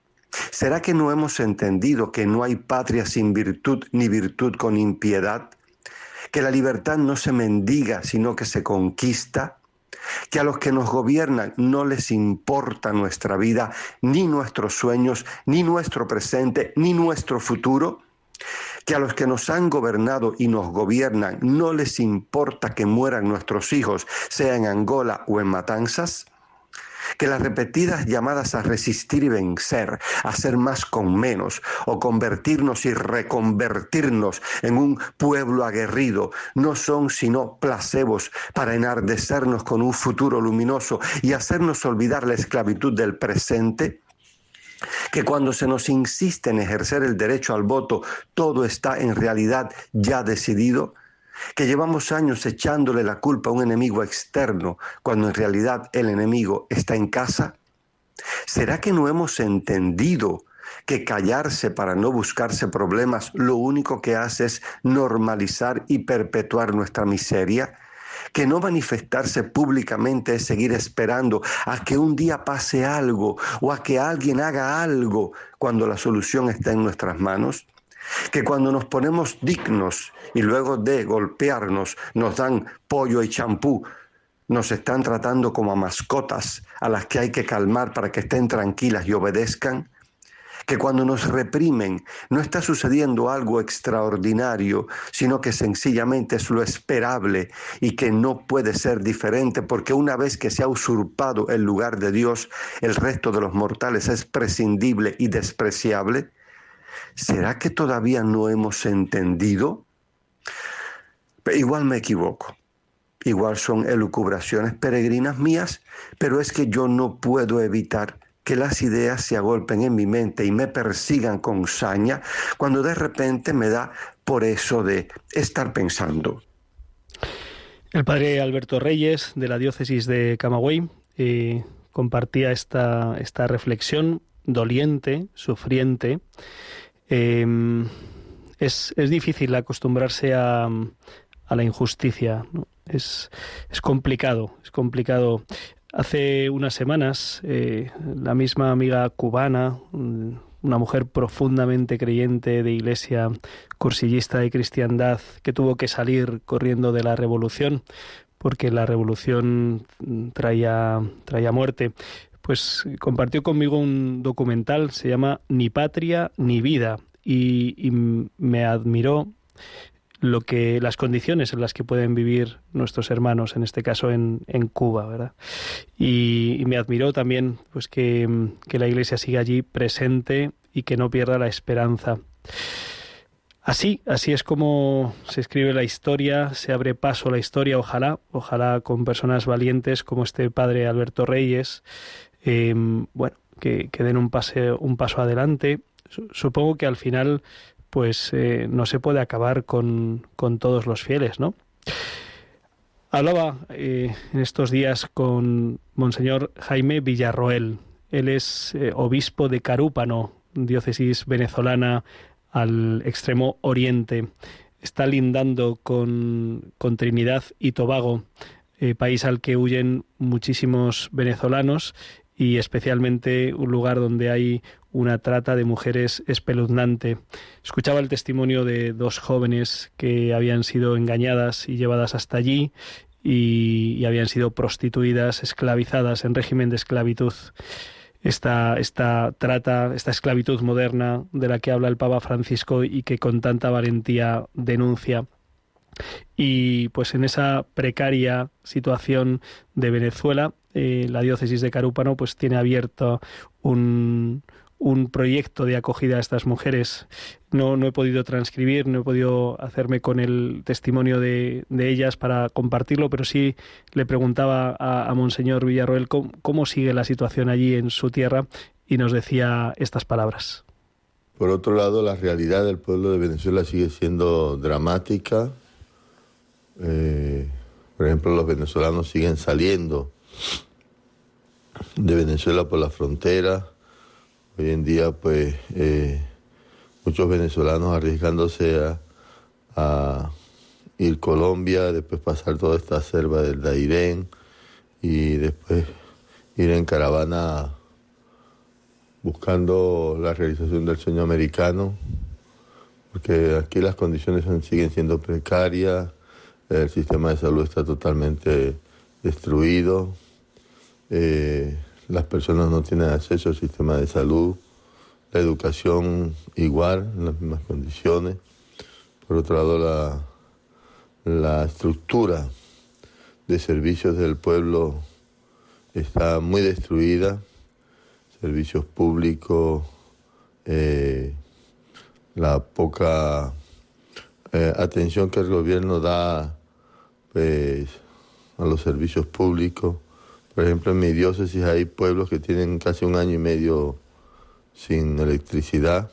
¿Será que no hemos entendido que no hay patria sin virtud ni virtud con impiedad? ¿Que la libertad no se mendiga sino que se conquista? ¿Que a los que nos gobiernan no les importa nuestra vida, ni nuestros sueños, ni nuestro presente, ni nuestro futuro? ¿Que a los que nos han gobernado y nos gobiernan no les importa que mueran nuestros hijos, sea en Angola o en Matanzas? Que las repetidas llamadas a resistir y vencer, a ser más con menos, o convertirnos y reconvertirnos en un pueblo aguerrido, no son sino placebos para enardecernos con un futuro luminoso y hacernos olvidar la esclavitud del presente. Que cuando se nos insiste en ejercer el derecho al voto, todo está en realidad ya decidido. Que llevamos años echándole la culpa a un enemigo externo, cuando en realidad el enemigo está en casa. ¿Será que no hemos entendido que callarse para no buscarse problemas lo único que hace es normalizar y perpetuar nuestra miseria? Que no manifestarse públicamente es seguir esperando a que un día pase algo o a que alguien haga algo cuando la solución está en nuestras manos. Que cuando nos ponemos dignos y luego de golpearnos nos dan pollo y champú, nos están tratando como a mascotas a las que hay que calmar para que estén tranquilas y obedezcan. Que cuando nos reprimen no está sucediendo algo extraordinario, sino que sencillamente es lo esperable y que no puede ser diferente, porque una vez que se ha usurpado el lugar de Dios, el resto de los mortales es prescindible y despreciable. ¿Será que todavía no hemos entendido? Igual me equivoco. Igual son elucubraciones peregrinas mías, pero es que yo no puedo evitar que las ideas se agolpen en mi mente y me persigan con saña cuando de repente me da por eso de estar pensando. El padre Alberto Reyes, de la diócesis de Camagüey, eh, compartía esta, esta reflexión doliente, sufriente. Eh, es, es difícil acostumbrarse a, a la injusticia, ¿no? Es, es complicado, es complicado. Hace unas semanas, eh, la misma amiga cubana, una mujer profundamente creyente de iglesia, cursillista de cristiandad, que tuvo que salir corriendo de la revolución, porque la revolución traía, traía muerte, pues compartió conmigo un documental, se llama Ni patria ni vida, y, y me admiró lo que las condiciones en las que pueden vivir nuestros hermanos, en este caso en, en Cuba, ¿verdad? Y, y me admiró también pues que, que la Iglesia siga allí presente y que no pierda la esperanza. Así, así es como se escribe la historia, se abre paso a la historia, ojalá, ojalá con personas valientes como este padre Alberto Reyes, eh, bueno, que, que den un, paseo, un paso adelante. Supongo que al final pues eh, no se puede acabar con, con todos los fieles, ¿no? Hablaba eh, en estos días con Monseñor Jaime Villarroel. Él es eh, obispo de Carúpano, diócesis venezolana al extremo oriente. Está lindando con, con Trinidad y Tobago, eh, país al que huyen muchísimos venezolanos, y especialmente un lugar donde hay una trata de mujeres espeluznante. Escuchaba el testimonio de dos jóvenes que habían sido engañadas y llevadas hasta allí y, y habían sido prostituidas, esclavizadas en régimen de esclavitud. Esta, esta trata, esta esclavitud moderna de la que habla el Papa Francisco y que con tanta valentía denuncia. Y pues en esa precaria situación de Venezuela, eh, la diócesis de Carúpano pues tiene abierto un, un proyecto de acogida a estas mujeres. No, no he podido transcribir, no he podido hacerme con el testimonio de, de ellas para compartirlo, pero sí le preguntaba a, a Monseñor Villarroel cómo, cómo sigue la situación allí en su tierra, y nos decía estas palabras. Por otro lado, la realidad del pueblo de Venezuela sigue siendo dramática. Eh, por ejemplo, los venezolanos siguen saliendo de Venezuela por la frontera. Hoy en día, pues, eh, muchos venezolanos arriesgándose a, a ir a Colombia, después pasar toda esta selva del Dairén y después ir en caravana buscando la realización del sueño americano, porque aquí las condiciones son, siguen siendo precarias, el sistema de salud está totalmente destruido, eh, las personas no tienen acceso al sistema de salud, la educación igual, en las mismas condiciones. Por otro lado, la, la estructura de servicios del pueblo está muy destruida, servicios públicos, eh, la poca eh, atención que el gobierno da pues, a los servicios públicos. Por ejemplo, en mi diócesis hay pueblos que tienen casi un año y medio sin electricidad.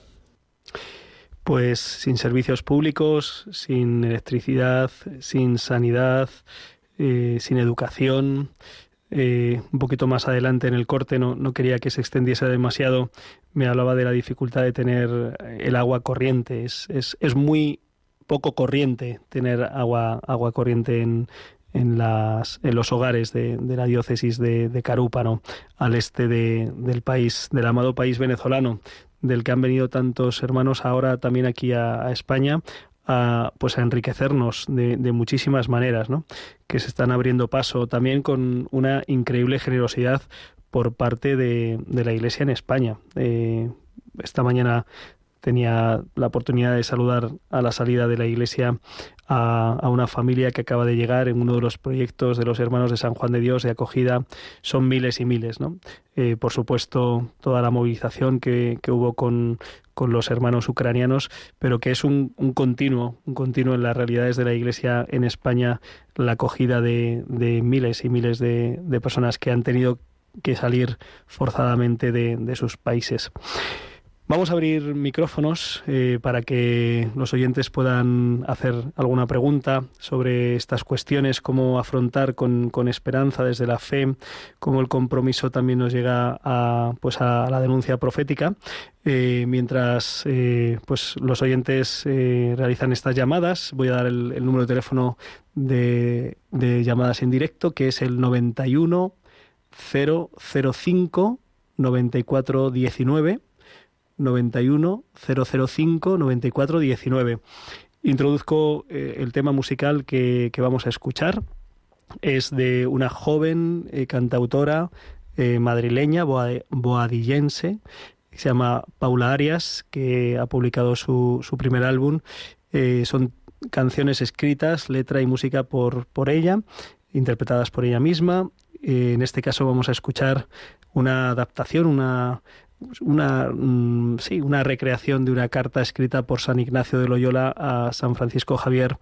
Pues sin servicios públicos, sin electricidad, sin sanidad, eh, sin educación. Eh, un poquito más adelante en el corte, no, no quería que se extendiese demasiado, me hablaba de la dificultad de tener el agua corriente. Es, es, es muy poco corriente tener agua, agua corriente en, en, las, en los hogares de, de la diócesis de, de Carúpano, al este de, del país, del amado país venezolano, del que han venido tantos hermanos ahora también aquí a, a España, a, pues a enriquecernos de, de muchísimas maneras, ¿no? Que se están abriendo paso también con una increíble generosidad por parte de, de la Iglesia en España. Eh, esta mañana tenía la oportunidad de saludar a la salida de la Iglesia a, a una familia que acaba de llegar en uno de los proyectos de los hermanos de San Juan de Dios de acogida. Son miles y miles, ¿no? Eh, por supuesto, toda la movilización que, que hubo con, con los hermanos ucranianos, pero que es un, un continuo, un continuo en las realidades de la Iglesia en España, la acogida de, de miles y miles de, de personas que han tenido que salir forzadamente de, de sus países. Vamos a abrir micrófonos eh, para que los oyentes puedan hacer alguna pregunta sobre estas cuestiones, cómo afrontar con, con esperanza desde la fe, cómo el compromiso también nos llega a, pues a la denuncia profética. Eh, mientras eh, pues los oyentes eh, realizan estas llamadas, voy a dar el, el número de teléfono de, de llamadas en directo, que es el noventa y uno cero cero cinco noventa y cuatro diecinueve. noventa y uno cero cero cinco noventa y cuatro diecinueve. Introduzco eh, el tema musical que, que vamos a escuchar. Es de una joven eh, cantautora eh, madrileña, boa, boadillense, que se llama Paula Arias, que ha publicado su, su primer álbum. Eh, son canciones escritas, letra y música por, por ella, interpretadas por ella misma. Eh, en este caso vamos a escuchar una adaptación, una... Una, sí, una recreación de una carta escrita por San Ignacio de Loyola a San Francisco Javier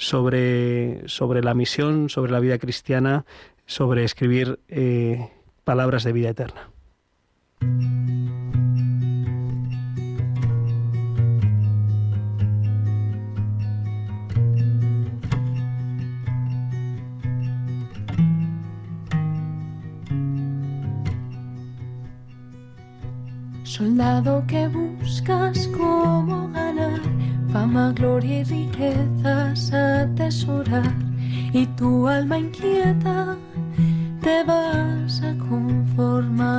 sobre, sobre la misión, sobre la vida cristiana, sobre escribir eh, palabras de vida eterna. Soldado que buscas cómo ganar fama, gloria y riquezas atesorar, y tu alma inquieta te vas a conformar.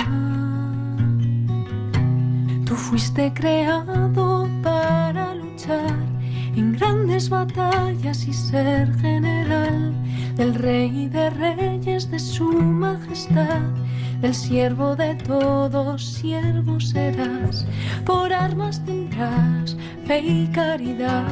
Tú fuiste creado para luchar en grandes batallas y ser general del Rey de Reyes, de su majestad. El siervo de todos, siervo serás, por armas tendrás fe y caridad,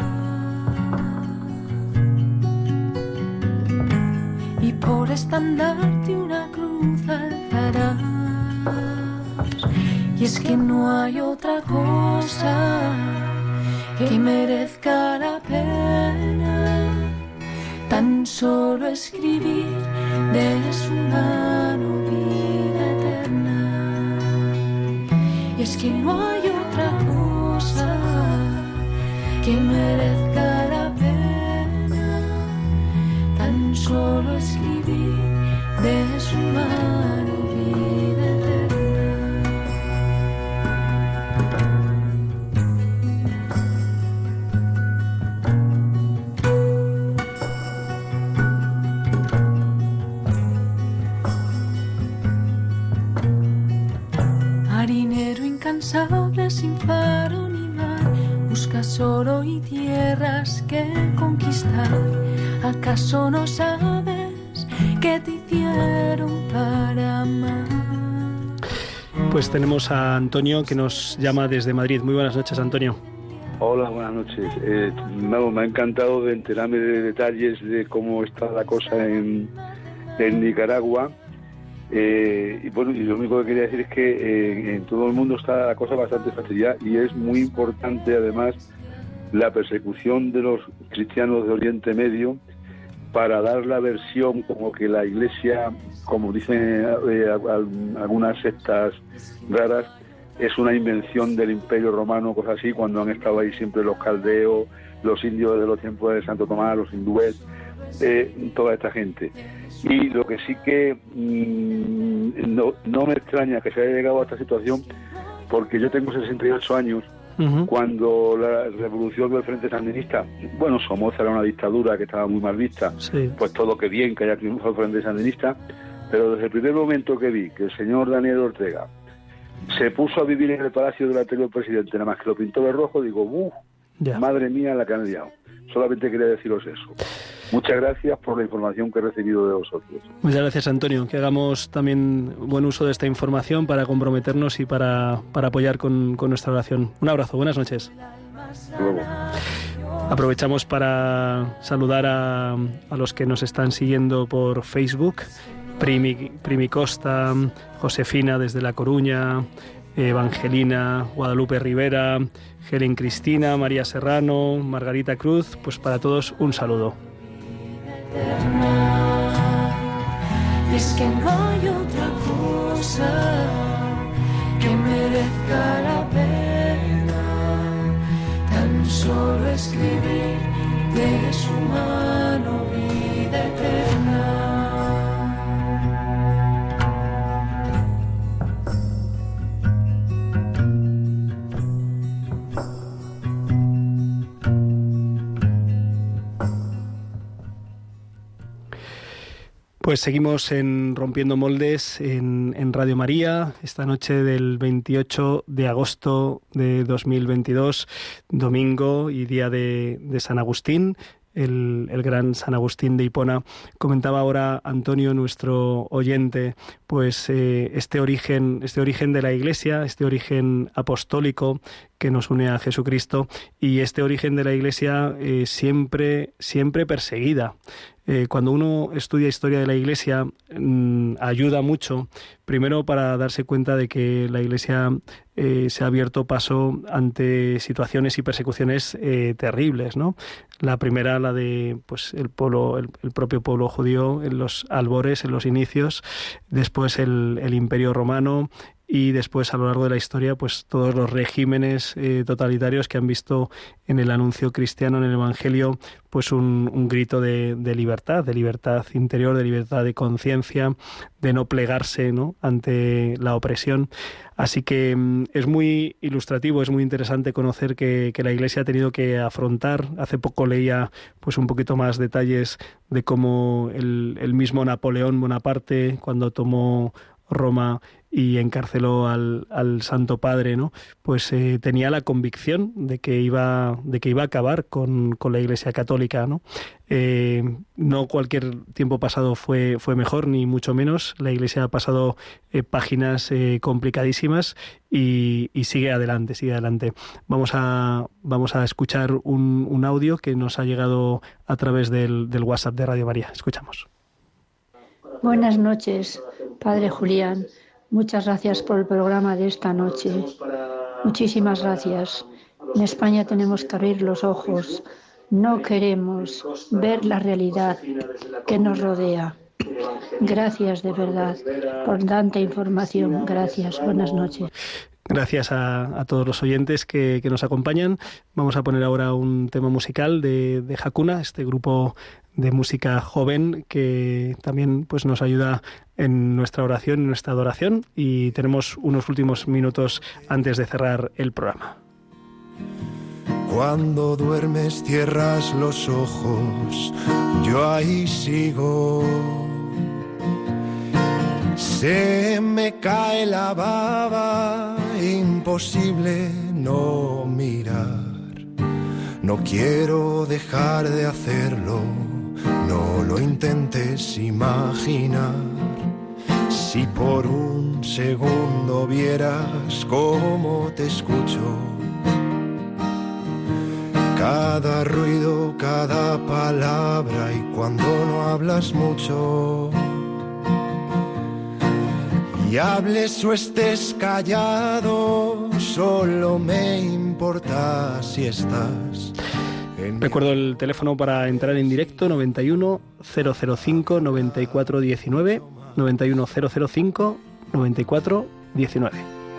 y por estandarte una cruz alzarás, y Y es que no hay otra cosa que merezca la pena, tan solo escribir de su mano vida eterna. Y es que no hay otra cosa que merezca la pena, tan solo escribir de su mano vida eterna. Marinero incansable sin faro ni mar, buscas oro y tierras que conquistar. ¿Acaso no sabes qué te hicieron para amar? Pues tenemos a Antonio que nos llama desde Madrid. Muy buenas noches, Antonio. Hola, buenas noches. Eh, no, me ha encantado de enterarme de detalles de cómo está la cosa en, en Nicaragua. Eh, y bueno, y lo único que quería decir es que eh, en todo el mundo está la cosa bastante facilidad y es muy importante además la persecución de los cristianos de Oriente Medio para dar la versión como que la Iglesia, como dicen eh, algunas sectas raras, es una invención del Imperio Romano, cosas así, cuando han estado ahí siempre los caldeos, los indios de los tiempos de Santo Tomás, los hindúes, eh, toda esta gente. Y lo que sí que mmm, no, no me extraña que se haya llegado a esta situación, porque yo tengo sesenta y ocho años, uh-huh. cuando la revolución del Frente Sandinista, bueno, Somoza era una dictadura que estaba muy mal vista, sí. Pues todo que bien que haya triunfado el Frente Sandinista, pero desde el primer momento que vi que el señor Daniel Ortega se puso a vivir en el palacio del anterior presidente, nada más que lo pintó de rojo, digo, uff, yeah. Madre mía la que han liado. Solamente quería deciros eso. Muchas gracias por la información que he recibido de vosotros. Muchas gracias, Antonio. Que hagamos también buen uso de esta información para comprometernos y para, para apoyar con, con nuestra oración. Un abrazo, buenas noches. Luego. Aprovechamos para saludar a, a los que nos están siguiendo por Facebook. Primi, Primi Costa, Josefina desde La Coruña, Evangelina, Guadalupe Rivera, Helen Cristina, María Serrano, Margarita Cruz. Pues para todos un saludo. Y es que no hay otra cosa que merezca la pena, tan solo escribir de su mano vida eterna. Pues seguimos en Rompiendo Moldes en, en Radio María, esta noche del veintiocho de agosto de dos mil veintidós, domingo y día de, de San Agustín, el, el gran San Agustín de Hipona. Comentaba ahora Antonio, nuestro oyente, pues eh, este origen, este origen de la Iglesia, este origen apostólico que nos une a Jesucristo y este origen de la Iglesia eh, siempre, siempre perseguida. Eh, cuando uno estudia historia de la Iglesia, mmm, ayuda mucho, primero para darse cuenta de que la Iglesia eh, se ha abierto paso ante situaciones y persecuciones eh, terribles, ¿no? La primera, la de pues el pueblo, el, el propio pueblo judío en los albores, en los inicios, después el, el Imperio Romano, y después a lo largo de la historia pues todos los regímenes eh, totalitarios que han visto en el anuncio cristiano, en el Evangelio, pues un, un grito de, de libertad, de libertad interior, de libertad de conciencia, de no plegarse, ¿no?, ante la opresión. Así que mm, es muy ilustrativo, es muy interesante conocer que, que la Iglesia ha tenido que afrontar. Hace poco leía pues un poquito más detalles de cómo el, el mismo Napoleón Bonaparte, cuando tomó Roma y encarceló al, al Santo Padre, ¿no?, pues eh, tenía la convicción de que iba de que iba a acabar con, con la Iglesia Católica, ¿no? Eh, no cualquier tiempo pasado fue fue mejor, ni mucho menos. La Iglesia ha pasado eh, páginas eh, complicadísimas y, y sigue adelante, sigue adelante. Vamos a vamos a escuchar un, un audio que nos ha llegado a través del, del WhatsApp de Radio María. Escuchamos. Buenas noches, Padre Julián. muchas gracias por el programa de esta noche. Muchísimas gracias. En España tenemos que abrir los ojos. No queremos ver la realidad que nos rodea. Gracias de verdad por tanta información. Gracias. Buenas noches. Gracias a, a todos los oyentes que, que nos acompañan. Vamos a poner ahora un tema musical de, de Hakuna, este grupo de música joven que también pues nos ayuda en nuestra oración, en nuestra adoración, y tenemos unos últimos minutos antes de cerrar el programa. Cuando duermes cierras los ojos, yo ahí sigo. Se me cae la baba, imposible no mirar. No quiero dejar de hacerlo, no lo intentes imaginar. Si por un segundo vieras cómo te escucho, cada ruido, cada palabra, y cuando no hablas mucho, y hables o estés callado, solo me importa si estás. Recuerdo el teléfono para entrar en directo: noventa y uno, cero cero cinco, noventa y cuatro diecinueve, noventa y uno, cero cero cinco, noventa y cuatro diecinueve.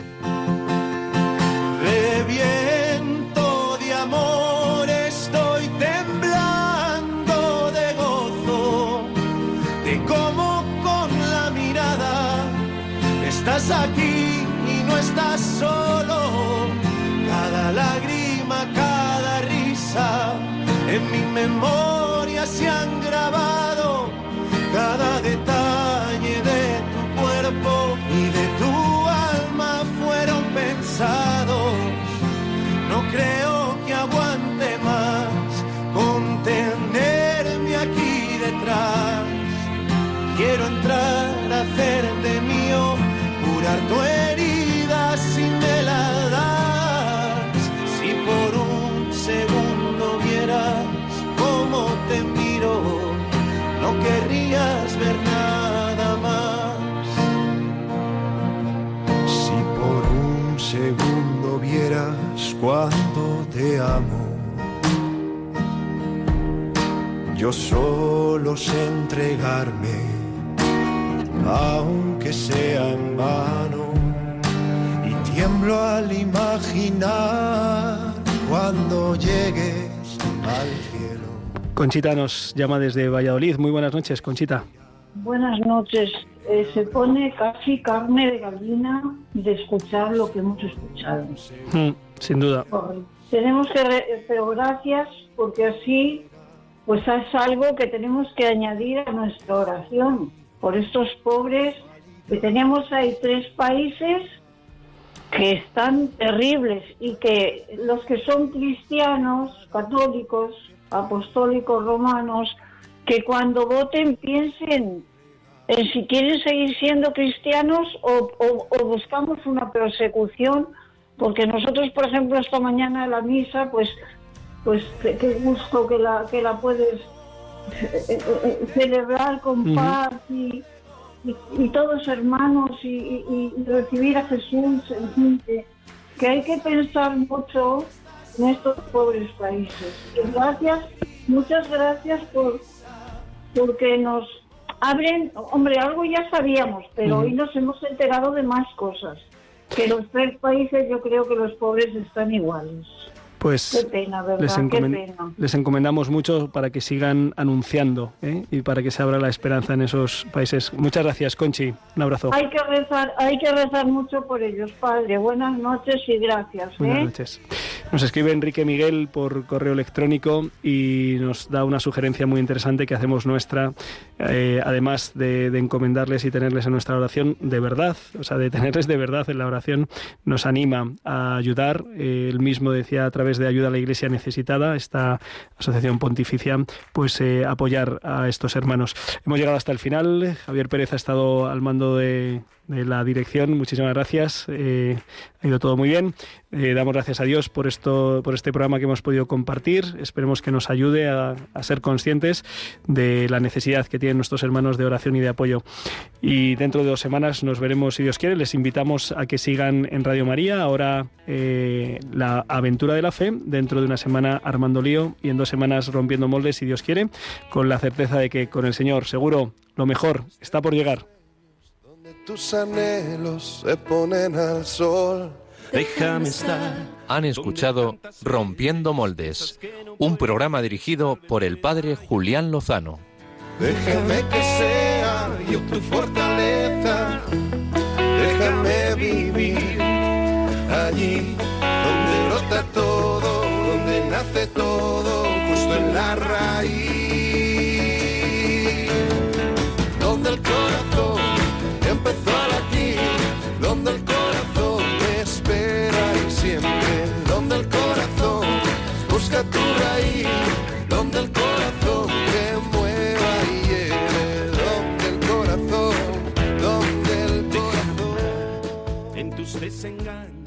Reviento de amor, estoy temblando de gozo, de cómo con la mirada estás aquí y no estás solo. Cada lágrima, cada risa en mi memoria se han grabado, cada detalle de tu cuerpo y de tu alma fueron pensados. No creo que aguante más contenerme aquí detrás. Quiero entrar a hacerte mío, curar tu herida si me la das. Si por un segundo vieras cómo te miro, no querrías ver nada más. Si por un segundo vieras cuánto te amo, yo solo sé entregarme, aunque sea en vano, y tiemblo al imaginar cuando llegues al cielo. Conchita nos llama desde Valladolid. Muy buenas noches, Conchita. Buenas noches. Eh, se pone casi carne de gallina de escuchar lo que hemos escuchado. Mm, sin duda. Tenemos que, re- pero gracias, porque así pues es algo que tenemos que añadir a nuestra oración por estos pobres, que tenemos ahí tres países que están terribles, y que los que son cristianos, católicos, apostólicos, romanos, que cuando voten piensen en si quieren seguir siendo cristianos o, o, o buscamos una persecución, porque nosotros, por ejemplo, esta mañana en la misa, pues pues qué, qué gusto que la que la puedes eh, eh, celebrar con uh-huh. paz y, y, y todos hermanos y, y, y recibir a Jesús, en fin, que, que hay que pensar mucho en estos pobres países. Y gracias, muchas gracias por porque nos abren, hombre, algo ya sabíamos, pero uh-huh. hoy nos hemos enterado de más cosas. Que los tres países, yo creo que los pobres están iguales. Pues qué pena, ¿verdad? Les, encomen- qué pena. les encomendamos mucho para que sigan anunciando, ¿eh? y para que se abra la esperanza en esos países. Muchas gracias, Conchi. Un abrazo. Hay que rezar, hay que rezar mucho por ellos, Padre. Buenas noches y gracias. ¿eh? Buenas noches. Nos escribe Enrique Miguel por correo electrónico y nos da una sugerencia muy interesante que hacemos nuestra, eh, además de, de encomendarles y tenerles en nuestra oración de verdad, o sea, de tenerles de verdad en la oración, nos anima a ayudar. Eh, él mismo decía a través través de Ayuda a la Iglesia Necesitada, esta asociación pontificia, pues eh, apoyar a estos hermanos. Hemos llegado hasta el final. Javier Pérez ha estado al mando de, de la dirección. Muchísimas gracias. Eh, ha ido todo muy bien. Eh, damos gracias a Dios por esto, por este programa que hemos podido compartir. Esperemos que nos ayude a, a ser conscientes de la necesidad que tienen nuestros hermanos de oración y de apoyo. Y dentro de dos semanas nos veremos, si Dios quiere. Les invitamos a que sigan en Radio María. Ahora eh, la aventura de la fe. Dentro de una semana Armando Lío y en dos semanas Rompiendo Moldes, si Dios quiere, con la certeza de que con el Señor seguro lo mejor está por llegar. Donde tus anhelos se ponen al sol. Déjame estar. Han escuchado Rompiendo Moldes, un programa dirigido por el padre Julián Lozano. Déjame que sea yo tu fortaleza. Déjame vivir allí donde brota todo, donde nace todo, justo en la raíz. Donde el corazón empezó a latir, donde el corazón te espera y siempre, donde el corazón busca tu raíz, donde el corazón te mueva y lleve, donde el corazón, donde el corazón en tus desengaños.